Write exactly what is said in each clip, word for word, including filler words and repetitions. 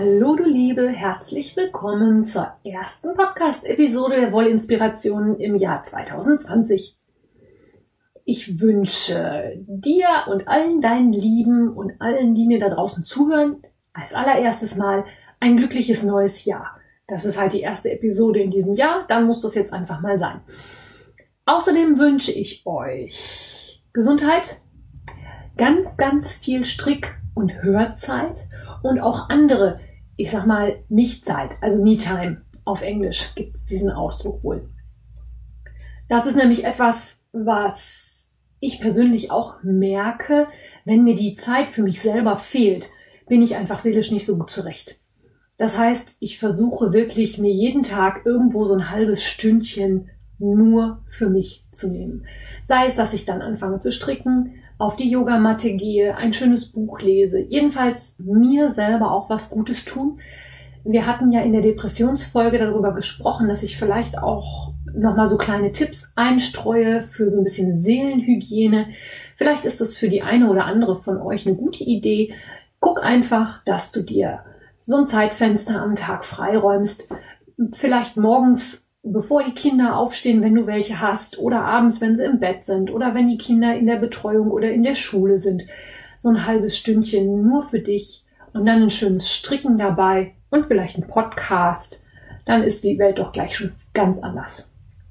Hallo du Liebe, herzlich willkommen zur ersten Podcast-Episode der Wollinspirationen im Jahr zwanzig zwanzig. Ich wünsche dir und allen deinen Lieben und allen, die mir da draußen zuhören, als allererstes Mal ein glückliches neues Jahr. Das ist halt die erste Episode in diesem Jahr, dann muss das jetzt einfach mal sein. Außerdem wünsche ich euch Gesundheit, ganz, ganz viel Strick- und Hörzeit und auch andere, ich sag mal, Mich-Zeit, also Me-Time. Auf Englisch gibt es diesen Ausdruck wohl. Das ist nämlich etwas, was ich persönlich auch merke, wenn mir die Zeit für mich selber fehlt, bin ich einfach seelisch nicht so gut zurecht. Das heißt, ich versuche wirklich, mir jeden Tag irgendwo so ein halbes Stündchen nur für mich zu nehmen. Sei es, dass ich dann anfange zu stricken, auf die Yogamatte gehe, ein schönes Buch lese, jedenfalls mir selber auch was Gutes tun. Wir hatten ja in der Depressionsfolge darüber gesprochen, dass ich vielleicht auch nochmal so kleine Tipps einstreue für so ein bisschen Seelenhygiene. Vielleicht ist das für die eine oder andere von euch eine gute Idee. Guck einfach, dass du dir so ein Zeitfenster am Tag freiräumst. Vielleicht morgens, bevor die Kinder aufstehen, wenn du welche hast, oder abends, wenn sie im Bett sind, oder wenn die Kinder in der Betreuung oder in der Schule sind. So ein halbes Stündchen nur für dich und dann ein schönes Stricken dabei und vielleicht ein Podcast. Dann ist die Welt doch gleich schon ganz anders.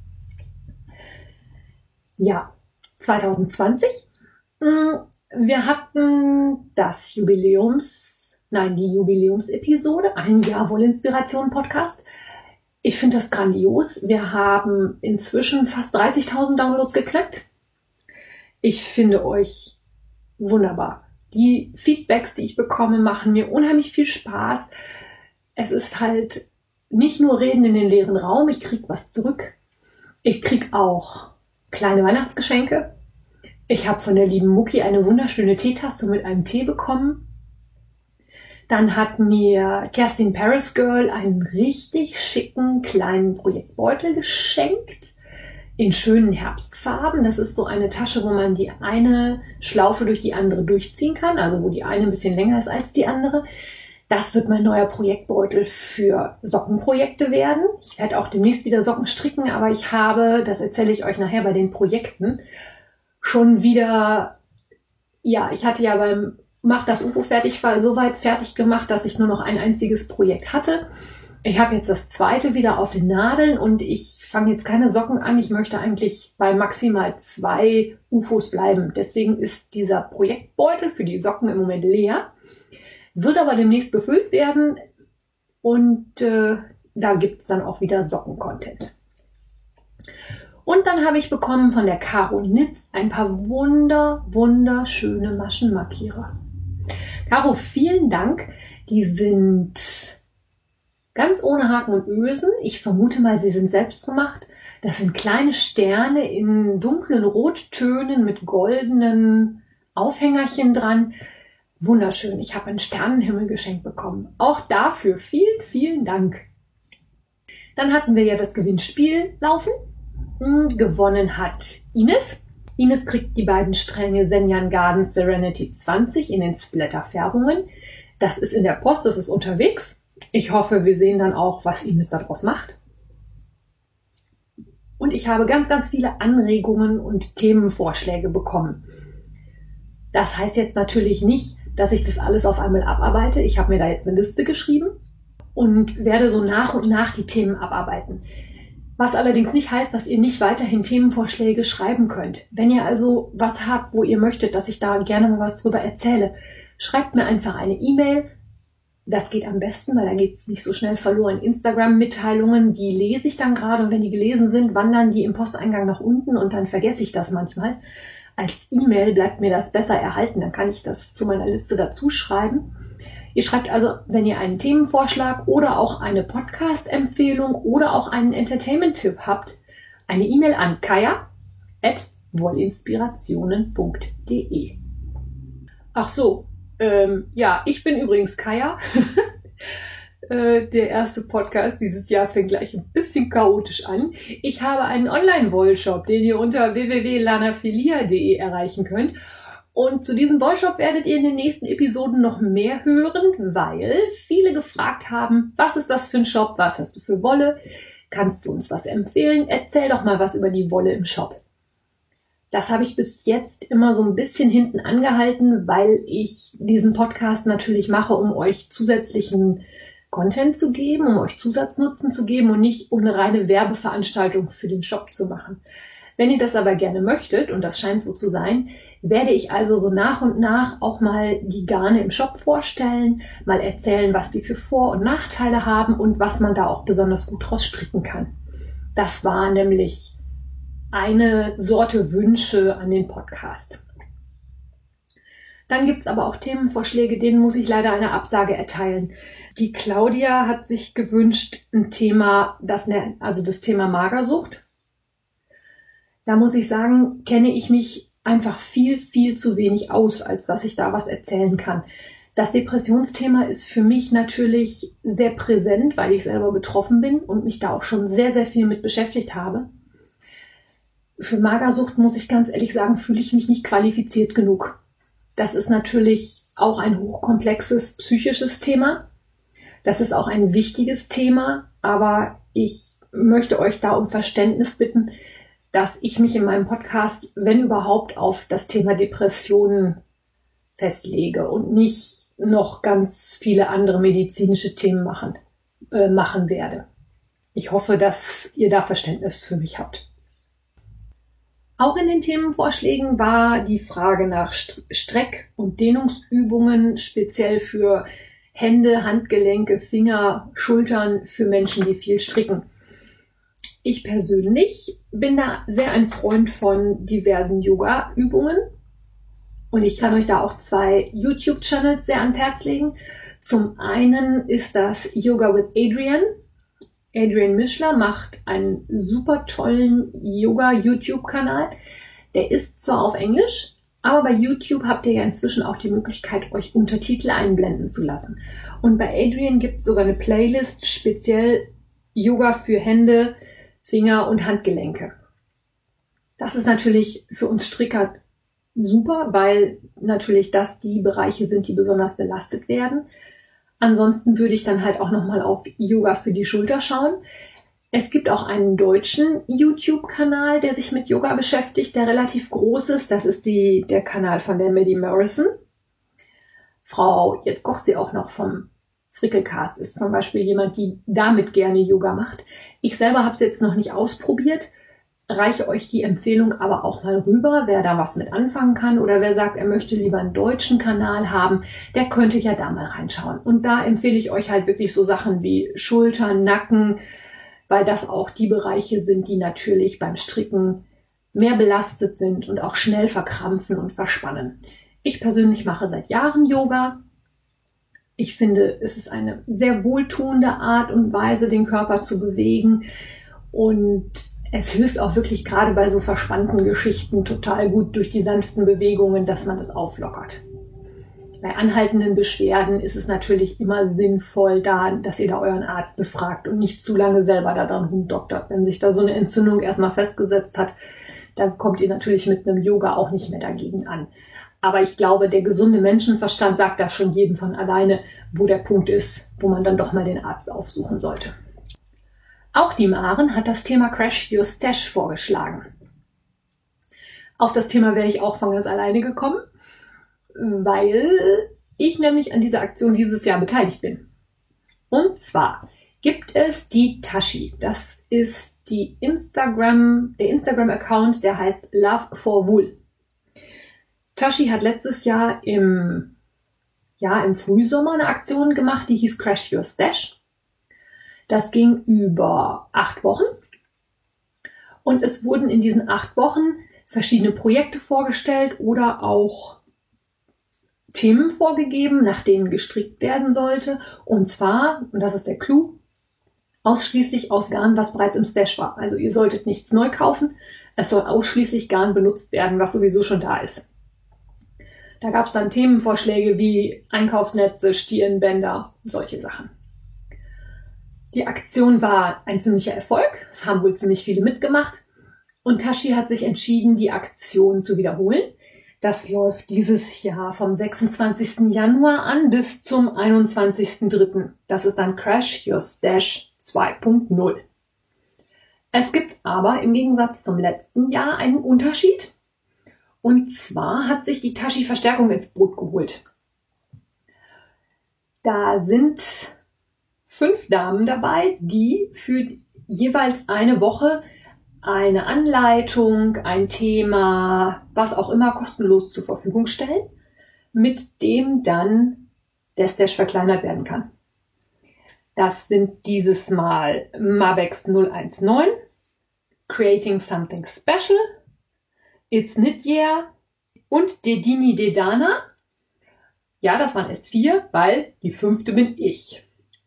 Ja, zwanzig zwanzig. Wir hatten das Jubiläums, nein, die Jubiläumsepisode, ein Jahr Wollinspiration-Podcast. Ich finde das grandios. Wir haben inzwischen fast dreißigtausend Downloads geknackt. Ich finde euch wunderbar. Die Feedbacks, die ich bekomme, machen mir unheimlich viel Spaß. Es ist halt nicht nur Reden in den leeren Raum. Ich kriege was zurück. Ich kriege auch kleine Weihnachtsgeschenke. Ich habe von der lieben Mucki eine wunderschöne Teetasse mit einem Tee bekommen. Dann hat mir Kerstin Paris Girl einen richtig schicken kleinen Projektbeutel geschenkt in schönen Herbstfarben. Das ist so eine Tasche, wo man die eine Schlaufe durch die andere durchziehen kann, also wo die eine ein bisschen länger ist als die andere. Das wird mein neuer Projektbeutel für Sockenprojekte werden. Ich werde auch demnächst wieder Socken stricken, aber ich habe, das erzähle ich euch nachher bei den Projekten, schon wieder, ja, ich hatte ja beim Mach das U F O fertig, so weit fertig gemacht, dass ich nur noch ein einziges Projekt hatte. Ich habe jetzt das zweite wieder auf den Nadeln und ich fange jetzt keine Socken an. Ich möchte eigentlich bei maximal zwei U F Os bleiben. Deswegen ist dieser Projektbeutel für die Socken im Moment leer, wird aber demnächst befüllt werden und äh, da gibt es dann auch wieder Socken-Content. Und dann habe ich bekommen von der Caro Nitz ein paar wunder, wunderschöne Maschenmarkierer. Caro, vielen Dank. Die sind ganz ohne Haken und Ösen. Ich vermute mal, sie sind selbst gemacht. Das sind kleine Sterne in dunklen Rottönen mit goldenen Aufhängerchen dran. Wunderschön. Ich habe einen Sternenhimmel geschenkt bekommen. Auch dafür vielen, vielen Dank. Dann hatten wir ja das Gewinnspiel laufen. Gewonnen hat Ines. Ines kriegt die beiden Stränge Senjan Gardens Serenity zwanzig in den Splatter-Färbungen. Das ist in der Post, das ist unterwegs. Ich hoffe, wir sehen dann auch, was Ines daraus macht. Und ich habe ganz, ganz viele Anregungen und Themenvorschläge bekommen. Das heißt jetzt natürlich nicht, dass ich das alles auf einmal abarbeite. Ich habe mir da jetzt eine Liste geschrieben und werde so nach und nach die Themen abarbeiten. Was allerdings nicht heißt, dass ihr nicht weiterhin Themenvorschläge schreiben könnt. Wenn ihr also was habt, wo ihr möchtet, dass ich da gerne mal was drüber erzähle, schreibt mir einfach eine E-Mail. Das geht am besten, weil da geht es nicht so schnell verloren. Instagram-Mitteilungen, die lese ich dann gerade und wenn die gelesen sind, wandern die im Posteingang nach unten und dann vergesse ich das manchmal. Als E-Mail bleibt mir das besser erhalten, dann kann ich das zu meiner Liste dazu schreiben. Ihr schreibt also, wenn ihr einen Themenvorschlag oder auch eine Podcast-Empfehlung oder auch einen Entertainment-Tipp habt, eine E-Mail an kaya at wollinspirationen punkt de. Ach so, ähm, ja, ich bin übrigens Kaya. äh, der erste Podcast dieses Jahr fängt gleich ein bisschen chaotisch an. Ich habe einen Online-Wollshop, den ihr unter w w w punkt lanafilia punkt de erreichen könnt. Und zu diesem Wollshop werdet ihr in den nächsten Episoden noch mehr hören, weil viele gefragt haben, was ist das für ein Shop, was hast du für Wolle, kannst du uns was empfehlen, erzähl doch mal was über die Wolle im Shop. Das habe ich bis jetzt immer so ein bisschen hinten angehalten, weil ich diesen Podcast natürlich mache, um euch zusätzlichen Content zu geben, um euch Zusatznutzen zu geben und nicht um eine reine Werbeveranstaltung für den Shop zu machen. Wenn ihr das aber gerne möchtet, und das scheint so zu sein, werde ich also so nach und nach auch mal die Garne im Shop vorstellen, mal erzählen, was die für Vor- und Nachteile haben und was man da auch besonders gut draus stricken kann. Das war nämlich eine Sorte Wünsche an den Podcast. Dann gibt es aber auch Themenvorschläge, denen muss ich leider eine Absage erteilen. Die Claudia hat sich gewünscht, ein Thema, das, also das Thema Magersucht. Da muss ich sagen, kenne ich mich einfach viel, viel zu wenig aus, als dass ich da was erzählen kann. Das Depressionsthema ist für mich natürlich sehr präsent, weil ich selber betroffen bin und mich da auch schon sehr, sehr viel mit beschäftigt habe. Für Magersucht, muss ich ganz ehrlich sagen, fühle ich mich nicht qualifiziert genug. Das ist natürlich auch ein hochkomplexes psychisches Thema. Das ist auch ein wichtiges Thema, aber ich möchte euch da um Verständnis bitten, dass ich mich in meinem Podcast, wenn überhaupt, auf das Thema Depressionen festlege und nicht noch ganz viele andere medizinische Themen machen, äh, machen werde. Ich hoffe, dass ihr da Verständnis für mich habt. Auch in den Themenvorschlägen war die Frage nach Streck- und Dehnungsübungen, speziell für Hände, Handgelenke, Finger, Schultern, für Menschen, die viel stricken. Ich persönlich bin da sehr ein Freund von diversen Yoga-Übungen und ich kann euch da auch zwei YouTube-Channels sehr ans Herz legen. Zum einen ist das Yoga with Adriene. Adriene Mischler macht einen super tollen Yoga-YouTube-Kanal. Der ist zwar auf Englisch, aber bei YouTube habt ihr ja inzwischen auch die Möglichkeit, euch Untertitel einblenden zu lassen. Und bei Adriene gibt es sogar eine Playlist, speziell Yoga für Hände, Finger und Handgelenke. Das ist natürlich für uns Stricker super, weil natürlich das die Bereiche sind, die besonders belastet werden. Ansonsten würde ich dann halt auch nochmal auf Yoga für die Schulter schauen. Es gibt auch einen deutschen YouTube-Kanal, der sich mit Yoga beschäftigt, der relativ groß ist. Das ist die, der Kanal von der Maddie Morrison. Frau, jetzt kocht sie auch noch vom Frickelcast, ist zum Beispiel jemand, die damit gerne Yoga macht. Ich selber habe es jetzt noch nicht ausprobiert, reiche euch die Empfehlung aber auch mal rüber, wer da was mit anfangen kann oder wer sagt, er möchte lieber einen deutschen Kanal haben, der könnte ja da mal reinschauen. Und da empfehle ich euch halt wirklich so Sachen wie Schultern, Nacken, weil das auch die Bereiche sind, die natürlich beim Stricken mehr belastet sind und auch schnell verkrampfen und verspannen. Ich persönlich mache seit Jahren Yoga. Ich finde, es ist eine sehr wohltuende Art und Weise, den Körper zu bewegen. Und es hilft auch wirklich gerade bei so verspannten Geschichten total gut durch die sanften Bewegungen, dass man das auflockert. Bei anhaltenden Beschwerden ist es natürlich immer sinnvoll, da, dass ihr da euren Arzt befragt und nicht zu lange selber da dran rumdoktert. Wenn sich da so eine Entzündung erstmal festgesetzt hat, dann kommt ihr natürlich mit einem Yoga auch nicht mehr dagegen an. Aber ich glaube, der gesunde Menschenverstand sagt da schon jedem von alleine, wo der Punkt ist, wo man dann doch mal den Arzt aufsuchen sollte. Auch die Maren hat das Thema Crash Your Stash vorgeschlagen. Auf das Thema wäre ich auch von ganz alleine gekommen, weil ich nämlich an dieser Aktion dieses Jahr beteiligt bin. Und zwar gibt es die Tashi. Das ist die Instagram, der Instagram-Account, der heißt Love for Wool. Tashi hat letztes Jahr im, ja, im Frühsommer eine Aktion gemacht, die hieß Crash Your Stash. Das ging über acht Wochen und es wurden in diesen acht Wochen verschiedene Projekte vorgestellt oder auch Themen vorgegeben, nach denen gestrickt werden sollte. Und zwar, und das ist der Clou, ausschließlich aus Garn, was bereits im Stash war. Also ihr solltet nichts neu kaufen, es soll ausschließlich Garn benutzt werden, was sowieso schon da ist. Da gab es dann Themenvorschläge wie Einkaufsnetze, Stirnbänder, solche Sachen. Die Aktion war ein ziemlicher Erfolg. Es haben wohl ziemlich viele mitgemacht. Und Tashi hat sich entschieden, die Aktion zu wiederholen. Das läuft dieses Jahr vom sechsundzwanzigsten Januar an bis zum einundzwanzigsten dritten Das ist dann Crash Your Stash zwei Punkt null. Es gibt aber im Gegensatz zum letzten Jahr einen Unterschied. Und zwar hat sich die Tashi Verstärkung ins Boot geholt. Da sind fünf Damen dabei, die für jeweils eine Woche eine Anleitung, ein Thema, was auch immer kostenlos zur Verfügung stellen, mit dem dann der Stash verkleinert werden kann. Das sind dieses Mal Mabex null eins neun, Creating Something Special, It's Knit Year und Dedini Dedana. Ja, das waren erst vier, weil die fünfte bin ich.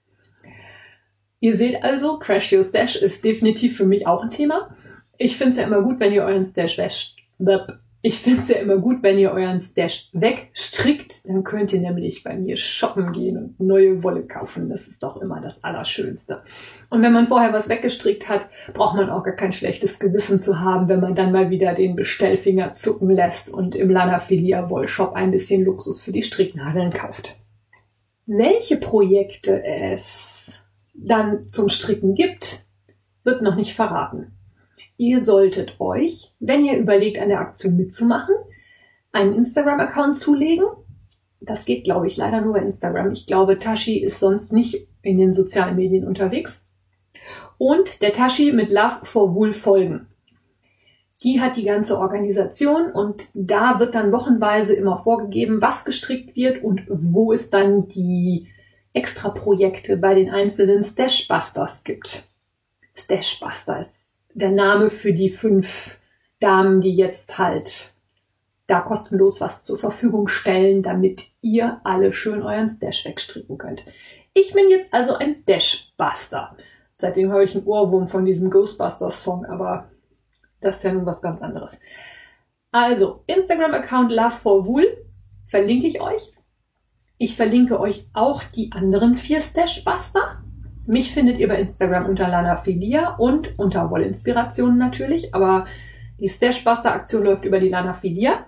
Ihr seht also, Crash Your Stash ist definitiv für mich auch ein Thema. Ich finde es ja immer gut, wenn ihr euren Stash wäscht. Ich finde es ja immer gut, wenn ihr euren Stash wegstrickt. Dann könnt ihr nämlich bei mir shoppen gehen und neue Wolle kaufen. Das ist doch immer das Allerschönste. Und wenn man vorher was weggestrickt hat, braucht man auch gar kein schlechtes Gewissen zu haben, wenn man dann mal wieder den Bestellfinger zucken lässt und im Lana Filia Wollshop ein bisschen Luxus für die Stricknadeln kauft. Welche Projekte es dann zum Stricken gibt, wird noch nicht verraten. Ihr solltet euch, wenn ihr überlegt, an der Aktion mitzumachen, einen Instagram-Account zulegen. Das geht, glaube ich, leider nur bei Instagram. Ich glaube, Tashi ist sonst nicht in den sozialen Medien unterwegs. Und der Tashi mit Love for Wool folgen. Die hat die ganze Organisation und da wird dann wochenweise immer vorgegeben, was gestrickt wird und wo es dann die Extra-Projekte bei den einzelnen Stashbusters gibt. Stashbuster ist der Name für die fünf Damen, die jetzt halt da kostenlos was zur Verfügung stellen, damit ihr alle schön euren Stash wegstricken könnt. Ich bin jetzt also ein Stashbuster. Seitdem habe ich einen Ohrwurm von diesem Ghostbusters-Song, aber das ist ja nun was ganz anderes. Also, Instagram-Account Love for Wool verlinke ich euch. Ich verlinke euch auch die anderen vier Stashbuster. Mich findet ihr bei Instagram unter Lana Filia und unter Wollinspirationen natürlich, aber die Stashbuster-Aktion läuft über die Lana Filia.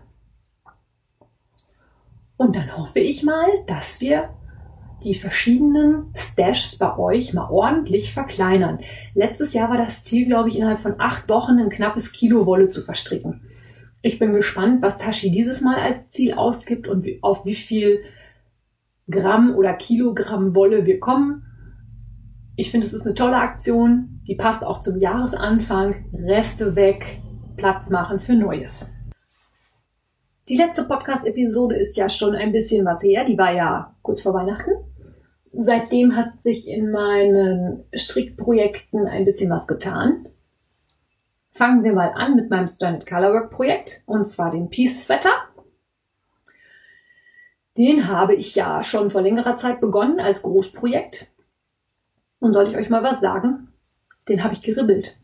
Und dann hoffe ich mal, dass wir die verschiedenen Stashs bei euch mal ordentlich verkleinern. Letztes Jahr war das Ziel, glaube ich, innerhalb von acht Wochen ein knappes Kilo Wolle zu verstricken. Ich bin gespannt, was Tashi dieses Mal als Ziel ausgibt und wie, auf wie viel Gramm oder Kilogramm Wolle wir kommen. Ich finde, es ist eine tolle Aktion, die passt auch zum Jahresanfang. Reste weg, Platz machen für Neues. Die letzte Podcast-Episode ist ja schon ein bisschen was her, die war ja kurz vor Weihnachten. Seitdem hat sich in meinen Strickprojekten ein bisschen was getan. Fangen wir mal an mit meinem Stranded Colorwork Projekt, und zwar den Peace Sweater. Den habe ich ja schon vor längerer Zeit begonnen als Großprojekt. Und soll ich euch mal was sagen? Den habe ich geribbelt.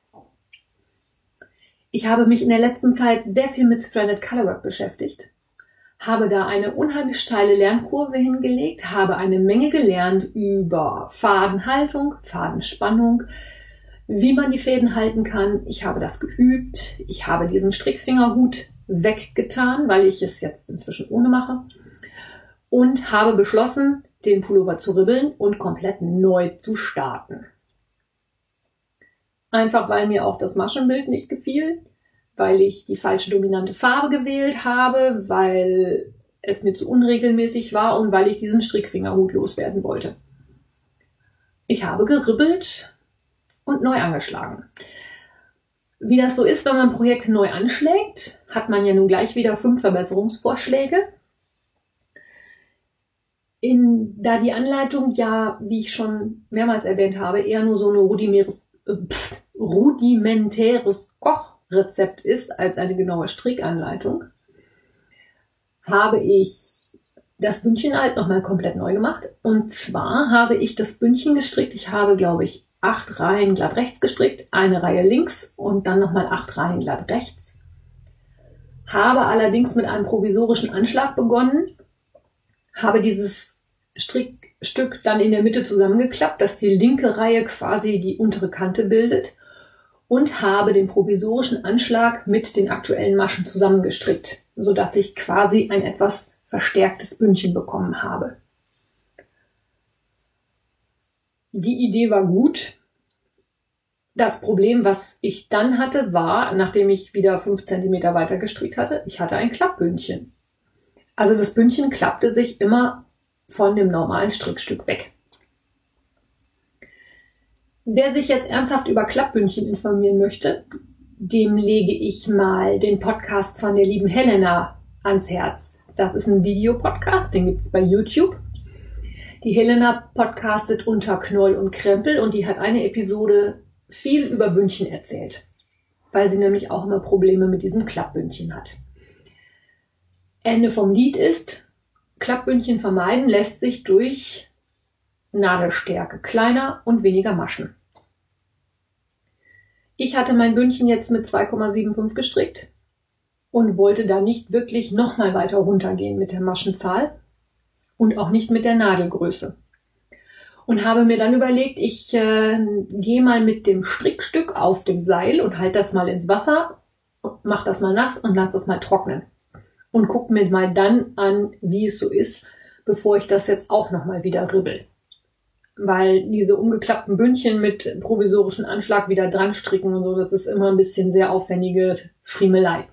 Ich habe mich in der letzten Zeit sehr viel mit Stranded Colorwork beschäftigt, habe da eine unheimlich steile Lernkurve hingelegt, habe eine Menge gelernt über Fadenhaltung, Fadenspannung, wie man die Fäden halten kann. Ich habe das geübt. Ich habe diesen Strickfingerhut weggetan, weil ich es jetzt inzwischen ohne mache, und habe beschlossen, den Pullover zu ribbeln und komplett neu zu starten. Einfach weil mir auch das Maschenbild nicht gefiel, weil ich die falsche dominante Farbe gewählt habe, weil es mir zu unregelmäßig war und weil ich diesen Strickfingerhut loswerden wollte. Ich habe geribbelt und neu angeschlagen. Wie das so ist, wenn man Projekte neu anschlägt, hat man ja nun gleich wieder fünf Verbesserungsvorschläge. In, da die Anleitung ja, wie ich schon mehrmals erwähnt habe, eher nur so ein rudimentäres, äh, pff, rudimentäres Kochrezept ist als eine genaue Strickanleitung, habe ich das Bündchen halt nochmal komplett neu gemacht. Und zwar habe ich das Bündchen gestrickt. Ich habe, glaube ich, acht Reihen glatt rechts gestrickt, eine Reihe links und dann nochmal acht Reihen glatt rechts. Habe allerdings mit einem provisorischen Anschlag begonnen, habe dieses Strickstück dann in der Mitte zusammengeklappt, dass die linke Reihe quasi die untere Kante bildet, und habe den provisorischen Anschlag mit den aktuellen Maschen zusammengestrickt. sodass ich quasi ein etwas verstärktes Bündchen bekommen habe. Die Idee war gut. Das Problem, was ich dann hatte, war, nachdem ich wieder fünf Zentimeter weiter gestrickt hatte, ich hatte ein Klappbündchen. Also das Bündchen klappte sich immer von dem normalen Strickstück weg. Wer sich jetzt ernsthaft über Klappbündchen informieren möchte, dem lege ich mal den Podcast von der lieben Helena ans Herz. Das ist ein Videopodcast, den gibt es bei YouTube. Die Helena podcastet unter Knoll und Krempel und die hat eine Episode viel über Bündchen erzählt, weil sie nämlich auch immer Probleme mit diesem Klappbündchen hat. Ende vom Lied ist, Klappbündchen vermeiden lässt sich durch Nadelstärke kleiner und weniger Maschen. Ich hatte mein Bündchen jetzt mit zwei Komma fünfundsiebzig gestrickt und wollte da nicht wirklich nochmal weiter runtergehen mit der Maschenzahl und auch nicht mit der Nadelgröße. Und habe mir dann überlegt, ich äh, gehe mal mit dem Strickstück auf dem Seil und halte das mal ins Wasser, mache das mal nass und lasse das mal trocknen. Und gucke mir mal dann an, wie es so ist, bevor ich das jetzt auch nochmal wieder ribbel. Weil diese umgeklappten Bündchen mit provisorischen Anschlag wieder dran stricken und so, das ist immer ein bisschen sehr aufwendige Friemelei.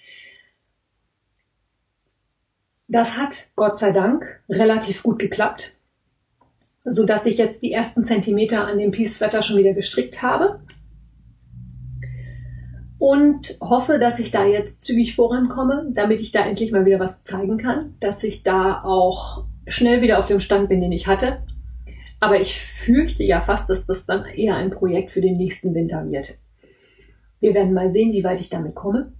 Das hat, Gott sei Dank, relativ gut geklappt, so dass ich jetzt die ersten Zentimeter an dem Peace Sweater schon wieder gestrickt habe und hoffe, dass ich da jetzt zügig vorankomme, damit ich da endlich mal wieder was zeigen kann, dass ich da auch schnell wieder auf dem Stand bin, den ich hatte. Aber ich fürchte ja fast, dass das dann eher ein Projekt für den nächsten Winter wird. Wir werden mal sehen, wie weit ich damit komme.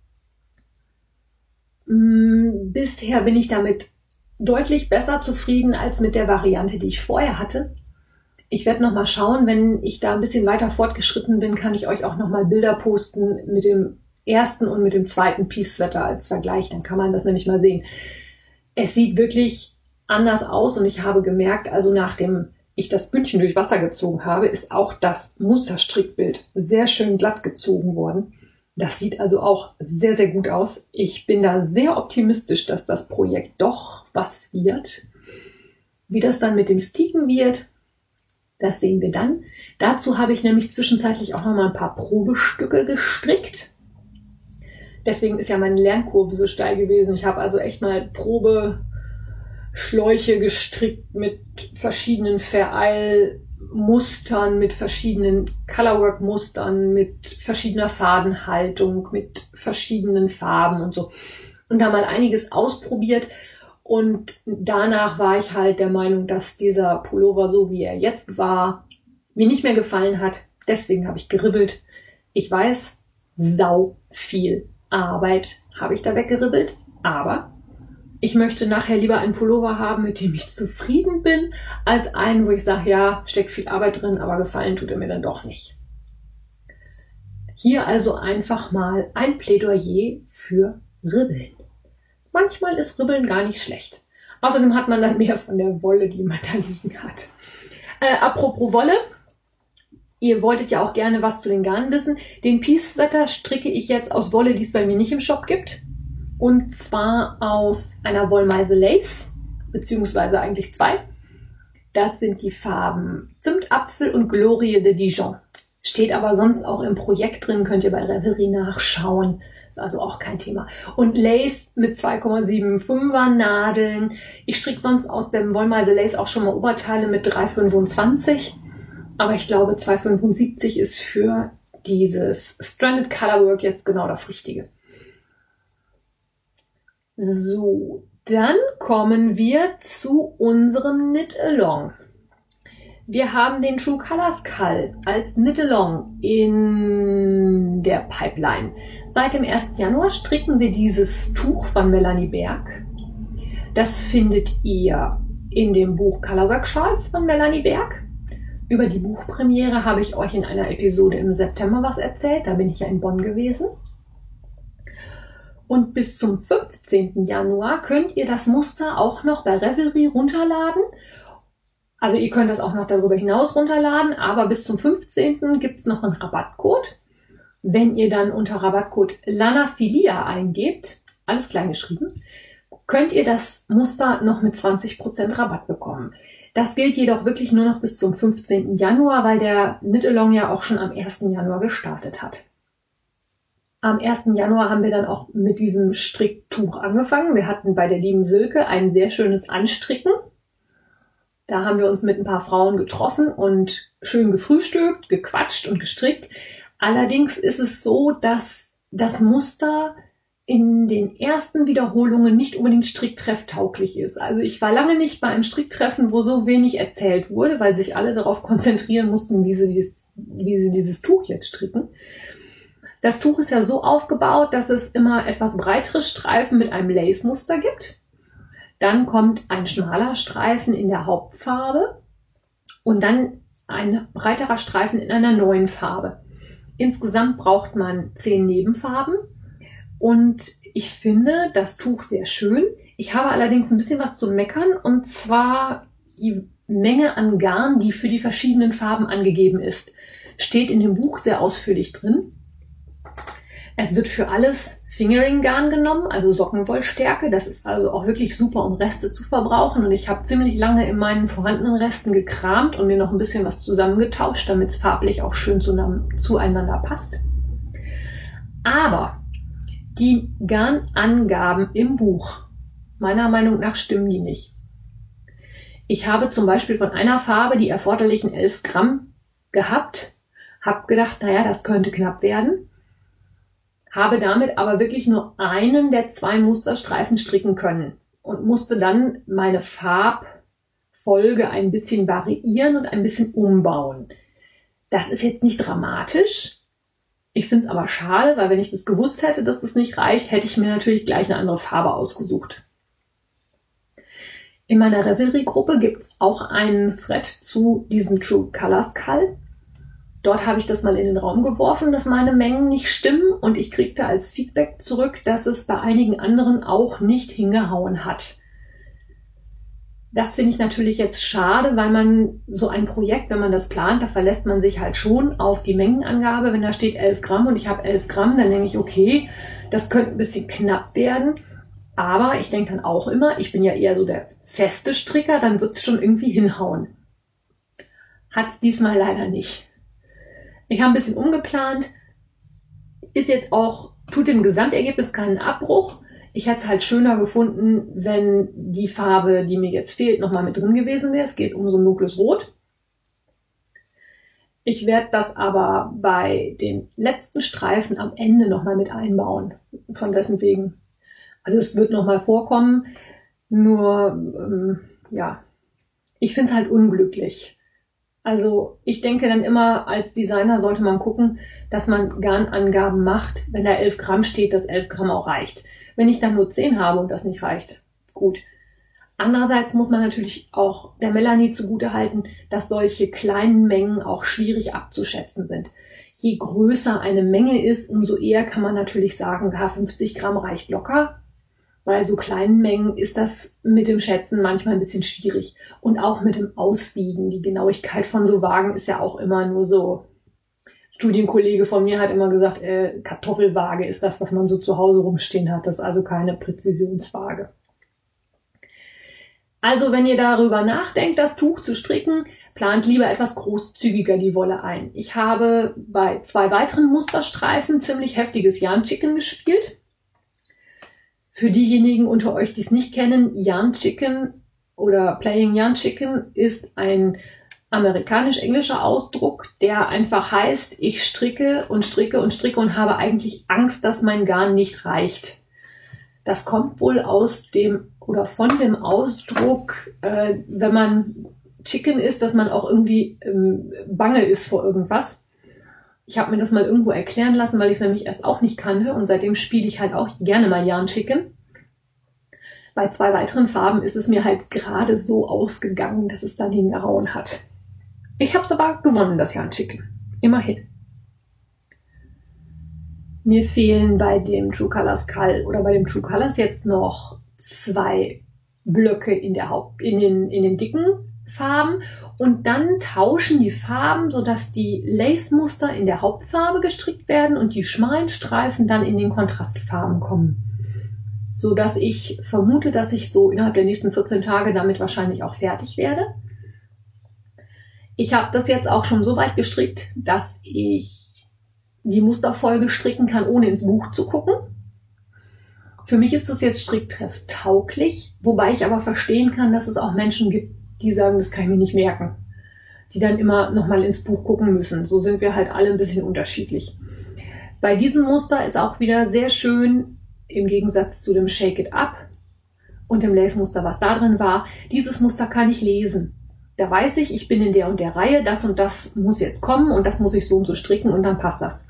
Bisher bin ich damit deutlich besser zufrieden als mit der Variante, die ich vorher hatte. Ich werde noch mal schauen, wenn ich da ein bisschen weiter fortgeschritten bin, kann ich euch auch noch mal Bilder posten mit dem ersten und mit dem zweiten Peace Sweater als Vergleich. Dann kann man das nämlich mal sehen. Es sieht wirklich anders aus und ich habe gemerkt, also nachdem ich das Bündchen durch Wasser gezogen habe, ist auch das Musterstrickbild sehr schön glatt gezogen worden. Das sieht also auch sehr, sehr gut aus. Ich bin da sehr optimistisch, dass das Projekt doch was wird. Wie das dann mit dem Sticken wird, das sehen wir dann. Dazu habe ich nämlich zwischenzeitlich auch noch mal ein paar Probestücke gestrickt. Deswegen ist ja meine Lernkurve so steil gewesen. Ich habe also echt mal Probeschläuche gestrickt mit verschiedenen Vereilmustern, mit verschiedenen Colorwork-Mustern, mit verschiedener Fadenhaltung, mit verschiedenen Farben und so. Und da mal einiges ausprobiert. Und danach war ich halt der Meinung, dass dieser Pullover, so wie er jetzt war, mir nicht mehr gefallen hat. Deswegen habe ich geribbelt. Ich weiß, sau viel Arbeit habe ich da weggeribbelt. Aber ich möchte nachher lieber einen Pullover haben, mit dem ich zufrieden bin, als einen, wo ich sage, ja, steckt viel Arbeit drin, aber gefallen tut er mir dann doch nicht. Hier also einfach mal ein Plädoyer für Ribbeln. Manchmal ist Ribbeln gar nicht schlecht. Außerdem hat man dann mehr von der Wolle, die man da liegen hat. Äh, apropos Wolle. Ihr wolltet ja auch gerne was zu den Garnen wissen. Den Peace Sweater stricke ich jetzt aus Wolle, die es bei mir nicht im Shop gibt. Und zwar aus einer Wollmeise Lace, beziehungsweise eigentlich zwei. Das sind die Farben Zimtapfel und Glorie de Dijon. Steht aber sonst auch im Projekt drin, könnt ihr bei Revelry nachschauen. Ist also auch kein Thema. Und Lace mit zwei Komma fünfundsiebziger Nadeln. Ich stricke sonst aus dem Wollmeise Lace auch schon mal Oberteile mit drei Komma fünfundzwanzig. Aber ich glaube, zwei Komma fünfundsiebzig ist für dieses Stranded Colorwork jetzt genau das Richtige. So, dann kommen wir zu unserem Knit-Along. Wir haben den True Colors Call als Knit-Along in der Pipeline. Seit dem ersten Januar stricken wir dieses Tuch von Melanie Berg. Das findet ihr in dem Buch Colorwork Shawls von Melanie Berg. Über die Buchpremiere habe ich euch in einer Episode im September was erzählt. Da bin ich ja in Bonn gewesen. Und bis zum fünfzehnten Januar könnt ihr das Muster auch noch bei Revelry runterladen. Also ihr könnt das auch noch darüber hinaus runterladen, aber bis zum fünfzehnten gibt es noch einen Rabattcode. Wenn ihr dann unter Rabattcode Lanafilia eingebt, alles klein geschrieben, könnt ihr das Muster noch mit zwanzig Prozent Rabatt bekommen. Das gilt jedoch wirklich nur noch bis zum fünfzehnten Januar, weil der Knit-Along ja auch schon am ersten Januar gestartet hat. Am ersten Januar haben wir dann auch mit diesem Stricktuch angefangen. Wir hatten bei der lieben Silke ein sehr schönes Anstricken. Da haben wir uns mit ein paar Frauen getroffen und schön gefrühstückt, gequatscht und gestrickt. Allerdings ist es so, dass das Muster in den ersten Wiederholungen nicht unbedingt stricktrefftauglich ist. Also ich war lange nicht bei einem Stricktreffen, wo so wenig erzählt wurde, weil sich alle darauf konzentrieren mussten, wie sie dieses, wie sie dieses Tuch jetzt stricken. Das Tuch ist ja so aufgebaut, dass es immer etwas breitere Streifen mit einem Lace-Muster gibt. Dann kommt ein schmaler Streifen in der Hauptfarbe und dann ein breiterer Streifen in einer neuen Farbe. Insgesamt braucht man zehn Nebenfarben. Und ich finde das Tuch sehr schön. Ich habe allerdings ein bisschen was zu meckern, und zwar die Menge an Garn, die für die verschiedenen Farben angegeben ist. Steht in dem Buch sehr ausführlich drin. Es wird für alles Fingering-Garn genommen, also Sockenwollstärke. Das ist also auch wirklich super, um Reste zu verbrauchen. Und ich habe ziemlich lange in meinen vorhandenen Resten gekramt und mir noch ein bisschen was zusammengetauscht, damit es farblich auch schön zueinander passt. Aber die Garnangaben im Buch, meiner Meinung nach stimmen die nicht. Ich habe zum Beispiel von einer Farbe die erforderlichen elf Gramm gehabt, habe gedacht, naja, das könnte knapp werden, habe damit aber wirklich nur einen der zwei Musterstreifen stricken können und musste dann meine Farbfolge ein bisschen variieren und ein bisschen umbauen. Das ist jetzt nicht dramatisch. Ich finde es aber schade, weil wenn ich das gewusst hätte, dass das nicht reicht, hätte ich mir natürlich gleich eine andere Farbe ausgesucht. In meiner Revelry-Gruppe gibt es auch einen Thread zu diesem True Colors Cull. Dort habe ich das mal in den Raum geworfen, dass meine Mengen nicht stimmen, und ich kriegte als Feedback zurück, dass es bei einigen anderen auch nicht hingehauen hat. Das finde ich natürlich jetzt schade, weil man so ein Projekt, wenn man das plant, da verlässt man sich halt schon auf die Mengenangabe. Wenn da steht elf Gramm und ich habe elf Gramm, dann denke ich, okay, das könnte ein bisschen knapp werden. Aber ich denke dann auch immer, ich bin ja eher so der feste Stricker, dann wird es schon irgendwie hinhauen. Hat es diesmal leider nicht. Ich habe ein bisschen umgeplant, ist jetzt auch, tut dem Gesamtergebnis keinen Abbruch. Ich hätte es halt schöner gefunden, wenn die Farbe, die mir jetzt fehlt, nochmal mit drin gewesen wäre. Es geht um so ein dunkles Rot. Ich werde das aber bei den letzten Streifen am Ende nochmal mit einbauen. Von dessen wegen. Also es wird nochmal vorkommen. Nur, ähm, ja, ich finde es halt unglücklich. Also ich denke dann immer, als Designer sollte man gucken, dass man Garnangaben macht. Wenn da elf Gramm steht, dass elf Gramm auch reicht. Wenn ich dann nur zehn habe und das nicht reicht, gut. Andererseits muss man natürlich auch der Melanie zugutehalten, dass solche kleinen Mengen auch schwierig abzuschätzen sind. Je größer eine Menge ist, umso eher kann man natürlich sagen, ja, fünfzig Gramm reicht locker. Bei so kleinen Mengen ist das mit dem Schätzen manchmal ein bisschen schwierig. Und auch mit dem Auswiegen. Die Genauigkeit von so Wagen ist ja auch immer nur so. Studienkollege von mir hat immer gesagt, äh, Kartoffelwaage ist das, was man so zu Hause rumstehen hat. Das ist also keine Präzisionswaage. Also wenn ihr darüber nachdenkt, das Tuch zu stricken, plant lieber etwas großzügiger die Wolle ein. Ich habe bei zwei weiteren Musterstreifen ziemlich heftiges Yarn Chicken gespielt. Für diejenigen unter euch, die es nicht kennen, Yarn Chicken oder Playing Yarn Chicken ist ein amerikanisch-englischer Ausdruck, der einfach heißt, ich stricke und stricke und stricke und habe eigentlich Angst, dass mein Garn nicht reicht. Das kommt wohl aus dem oder von dem Ausdruck, äh, wenn man Chicken isst, dass man auch irgendwie ähm, bange ist vor irgendwas. Ich habe mir das mal irgendwo erklären lassen, weil ich es nämlich erst auch nicht kannte, und seitdem spiele ich halt auch gerne mal Yarn Chicken. Bei zwei weiteren Farben ist es mir halt gerade so ausgegangen, dass es dann hingehauen hat. Ich habe es aber gewonnen, das Yarn Chicken. Immerhin. Mir fehlen bei dem True Colors Cull oder bei dem True Colors jetzt noch zwei Blöcke in der Haupt, in den, in den dicken Farben, und dann tauschen die Farben, sodass die Lace-Muster in der Hauptfarbe gestrickt werden und die schmalen Streifen dann in den Kontrastfarben kommen. so dass ich vermute, dass ich so innerhalb der nächsten vierzehn Tage damit wahrscheinlich auch fertig werde. Ich habe das jetzt auch schon so weit gestrickt, dass ich die Musterfolge stricken kann, ohne ins Buch zu gucken. Für mich ist das jetzt Stricktreff tauglich, wobei ich aber verstehen kann, dass es auch Menschen gibt, die sagen, das kann ich mir nicht merken, die dann immer nochmal ins Buch gucken müssen. So sind wir halt alle ein bisschen unterschiedlich. Bei diesem Muster ist auch wieder sehr schön, im Gegensatz zu dem Shake It Up und dem Lace-Muster, was da drin war, dieses Muster kann ich lesen. Da weiß ich, ich bin in der und der Reihe, das und das muss jetzt kommen und das muss ich so und so stricken und dann passt das.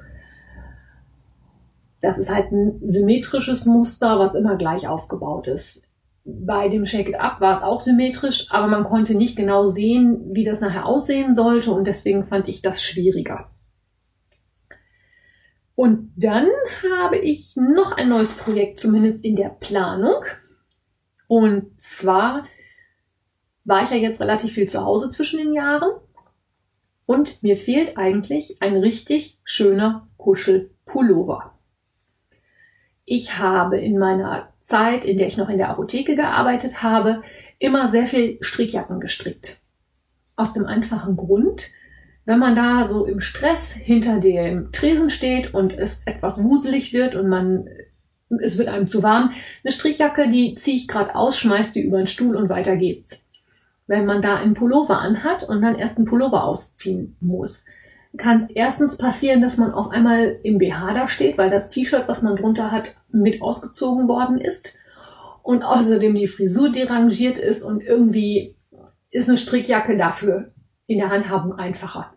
Das ist halt ein symmetrisches Muster, was immer gleich aufgebaut ist. Bei dem Shake It Up war es auch symmetrisch, aber man konnte nicht genau sehen, wie das nachher aussehen sollte und deswegen fand ich das schwieriger. Und dann habe ich noch ein neues Projekt, zumindest in der Planung. Und zwar war ich ja jetzt relativ viel zu Hause zwischen den Jahren und mir fehlt eigentlich ein richtig schöner Kuschelpullover. Ich habe in meiner Zeit, in der ich noch in der Apotheke gearbeitet habe, immer sehr viel Strickjacken gestrickt. Aus dem einfachen Grund, wenn man da so im Stress hinter dem Tresen steht und es etwas wuselig wird und man, es wird einem zu warm, eine Strickjacke, die ziehe ich gerade aus, schmeiß die über den Stuhl und weiter geht's. Wenn man da einen Pullover anhat und dann erst einen Pullover ausziehen muss, kann es erstens passieren, dass man auf einmal im B H da steht, weil das T-Shirt, was man drunter hat, mit ausgezogen worden ist und außerdem die Frisur derangiert ist und irgendwie ist eine Strickjacke dafür in der Handhabung einfacher.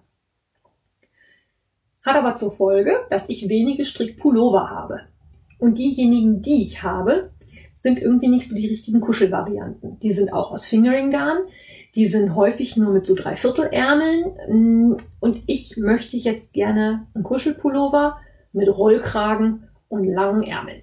Hat aber zur Folge, dass ich wenige Strickpullover habe. Und diejenigen, die ich habe, sind irgendwie nicht so die richtigen Kuschelvarianten. Die sind auch aus Fingering-Garn. Die sind häufig nur mit so Dreiviertelärmeln. Und ich möchte jetzt gerne einen Kuschelpullover mit Rollkragen und langen Ärmeln.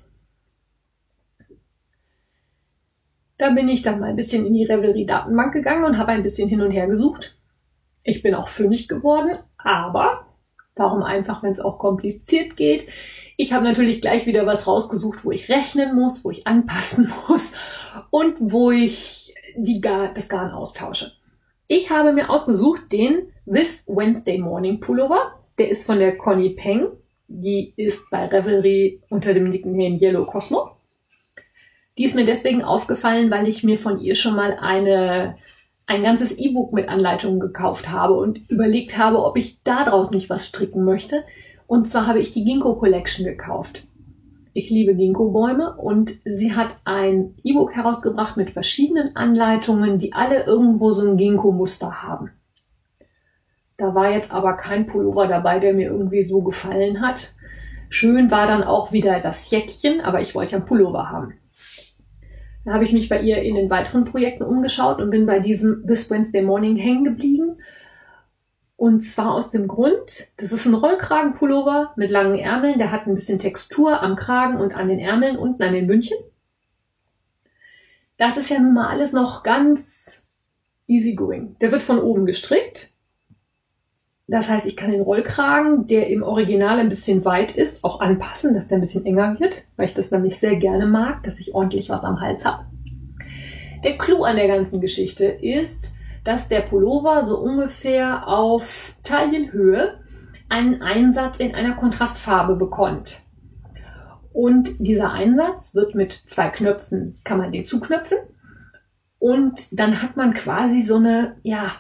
Da bin ich dann mal ein bisschen in die Revelry-Datenbank gegangen und habe ein bisschen hin und her gesucht. Ich bin auch fündig geworden, aber warum einfach, wenn es auch kompliziert geht? Ich habe natürlich gleich wieder was rausgesucht, wo ich rechnen muss, wo ich anpassen muss und wo ich die Gar- das Garn austausche. Ich habe mir ausgesucht den This Wednesday Morning Pullover. Der ist von der Connie Peng. Die ist bei Revelry unter dem Nickname Yellow Cosmo. Die ist mir deswegen aufgefallen, weil ich mir von ihr schon mal eine, ein ganzes E-Book mit Anleitungen gekauft habe und überlegt habe, ob ich daraus nicht was stricken möchte. Und zwar habe ich die Ginkgo Collection gekauft. Ich liebe Ginkgo-Bäume und sie hat ein E-Book herausgebracht mit verschiedenen Anleitungen, die alle irgendwo so ein Ginkgo-Muster haben. Da war jetzt aber kein Pullover dabei, der mir irgendwie so gefallen hat. Schön war dann auch wieder das Jäckchen, aber ich wollte ja einen Pullover haben. Da habe ich mich bei ihr in den weiteren Projekten umgeschaut und bin bei diesem This Wednesday Morning hängen geblieben. Und zwar aus dem Grund, das ist ein Rollkragenpullover mit langen Ärmeln, der hat ein bisschen Textur am Kragen und an den Ärmeln, unten an den Bündchen. Das ist ja nun mal alles noch ganz easy going. Der wird von oben gestrickt. Das heißt, ich kann den Rollkragen, der im Original ein bisschen weit ist, auch anpassen, dass der ein bisschen enger wird, weil ich das nämlich sehr gerne mag, dass ich ordentlich was am Hals habe. Der Clou an der ganzen Geschichte ist, dass der Pullover so ungefähr auf Taillenhöhe einen Einsatz in einer Kontrastfarbe bekommt. Und dieser Einsatz wird mit zwei Knöpfen, kann man den zuknöpfen. Und dann hat man quasi so eine, ja,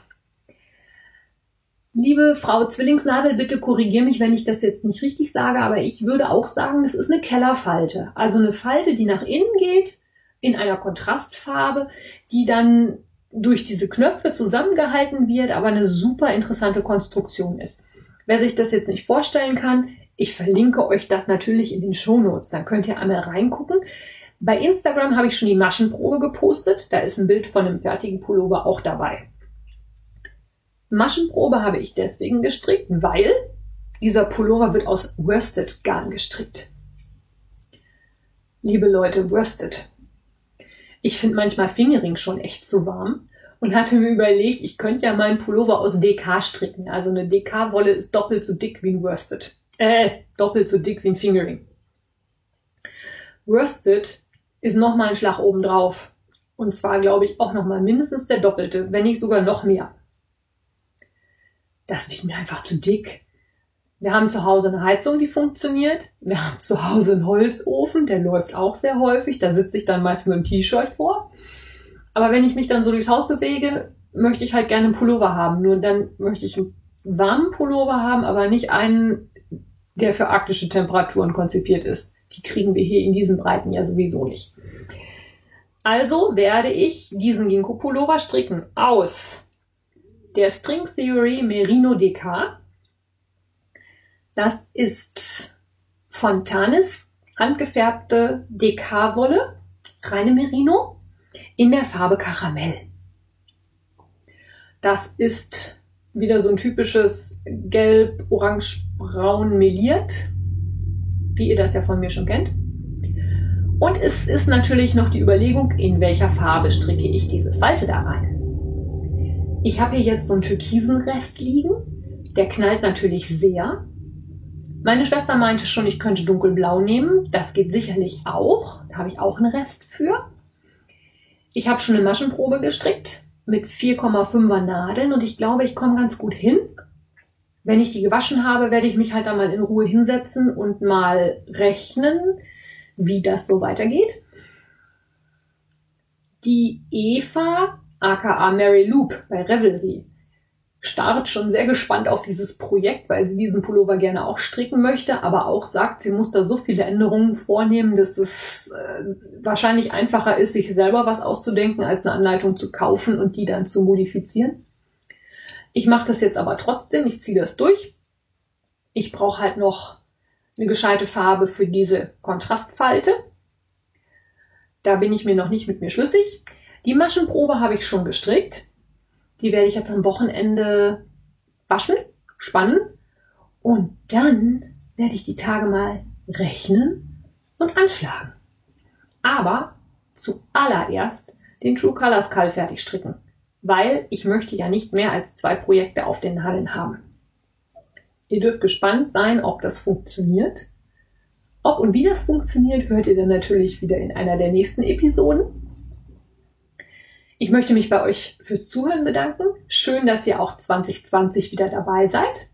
liebe Frau Zwillingsnadel, bitte korrigiere mich, wenn ich das jetzt nicht richtig sage, aber ich würde auch sagen, das ist eine Kellerfalte. Also eine Falte, die nach innen geht, in einer Kontrastfarbe, die dann durch diese Knöpfe zusammengehalten wird, aber eine super interessante Konstruktion ist. Wer sich das jetzt nicht vorstellen kann, ich verlinke euch das natürlich in den Shownotes, dann könnt ihr einmal reingucken. Bei Instagram habe ich schon die Maschenprobe gepostet, da ist ein Bild von einem fertigen Pullover auch dabei. Maschenprobe habe ich deswegen gestrickt, weil dieser Pullover wird aus Worsted Garn gestrickt. Liebe Leute, Worsted. Ich finde manchmal Fingering schon echt zu warm und hatte mir überlegt, ich könnte ja meinen Pullover aus D K stricken. Also eine D K-Wolle ist doppelt so dick wie ein Worsted. Äh, doppelt so dick wie ein Fingering. Worsted ist nochmal ein Schlag obendrauf. Und zwar, glaube ich, auch nochmal mindestens der doppelte, wenn nicht sogar noch mehr. Das wird mir einfach zu dick. Wir haben zu Hause eine Heizung, die funktioniert. Wir haben zu Hause einen Holzofen, der läuft auch sehr häufig. Da sitze ich dann meistens im T-Shirt vor. Aber wenn ich mich dann so durchs Haus bewege, möchte ich halt gerne einen Pullover haben. Nur dann möchte ich einen warmen Pullover haben, aber nicht einen, der für arktische Temperaturen konzipiert ist. Die kriegen wir hier in diesen Breiten ja sowieso nicht. Also werde ich diesen Ginkgo-Pullover stricken aus der String Theory Merino D K. Das ist Fontanes handgefärbte D K-Wolle, reine Merino, in der Farbe Karamell. Das ist wieder so ein typisches Gelb, Orange, Braun meliert, wie ihr das ja von mir schon kennt. Und es ist natürlich noch die Überlegung, in welcher Farbe stricke ich diese Falte da rein. Ich habe hier jetzt so einen türkisen Rest liegen, der knallt natürlich sehr. Meine Schwester meinte schon, ich könnte dunkelblau nehmen. Das geht sicherlich auch. Da habe ich auch einen Rest für. Ich habe schon eine Maschenprobe gestrickt mit vier Komma fünfer Nadeln und ich glaube, ich komme ganz gut hin. Wenn ich die gewaschen habe, werde ich mich halt dann mal in Ruhe hinsetzen und mal rechnen, wie das so weitergeht. Die Eva, aka Mary Loop bei Revelry, starrt schon sehr gespannt auf dieses Projekt, weil sie diesen Pullover gerne auch stricken möchte, aber auch sagt, sie muss da so viele Änderungen vornehmen, dass es äh, wahrscheinlich einfacher ist, sich selber was auszudenken, als eine Anleitung zu kaufen und die dann zu modifizieren. Ich mache das jetzt aber trotzdem, ich ziehe das durch. Ich brauche halt noch eine gescheite Farbe für diese Kontrastfalte. Da bin ich mir noch nicht mit mir schlüssig. Die Maschenprobe habe ich schon gestrickt. Die werde ich jetzt am Wochenende waschen, spannen und dann werde ich die Tage mal rechnen und anschlagen. Aber zuallererst den True Colors Kall fertig stricken, weil ich möchte ja nicht mehr als zwei Projekte auf den Nadeln haben. Ihr dürft gespannt sein, ob das funktioniert. Ob und wie das funktioniert, hört ihr dann natürlich wieder in einer der nächsten Episoden. Ich möchte mich bei euch fürs Zuhören bedanken. Schön, dass ihr auch zwanzig zwanzig wieder dabei seid.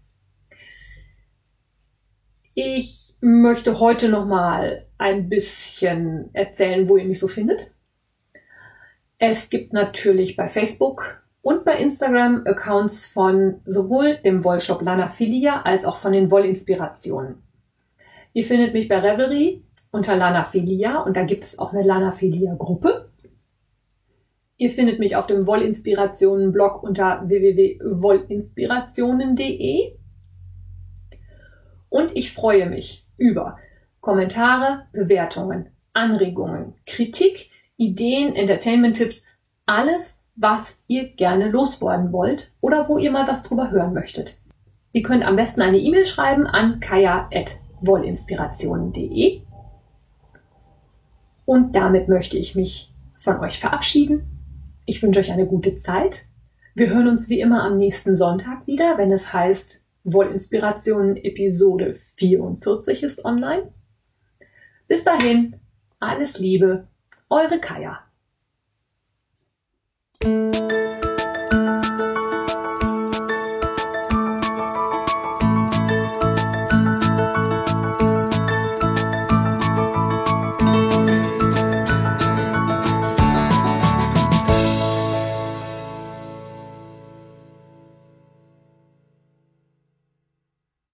Ich möchte heute noch mal ein bisschen erzählen, wo ihr mich so findet. Es gibt natürlich bei Facebook und bei Instagram Accounts von sowohl dem Wollshop Lanafilia als auch von den Wollinspirationen. Ihr findet mich bei Revelry unter Lanafilia und da gibt es auch eine Lanafilia-Gruppe. Ihr findet mich auf dem Wollinspirationen-Blog unter w w w punkt wollinspirationen punkt de. Und ich freue mich über Kommentare, Bewertungen, Anregungen, Kritik, Ideen, Entertainment-Tipps, alles, was ihr gerne loswerden wollt oder wo ihr mal was drüber hören möchtet. Ihr könnt am besten eine E-Mail schreiben an kaya at wollinspirationen punkt de. Und damit möchte ich mich von euch verabschieden. Ich wünsche euch eine gute Zeit. Wir hören uns wie immer am nächsten Sonntag wieder, wenn es heißt, Wollinspirationen Episode vierundvierzig ist online. Bis dahin, alles Liebe, eure Kaya.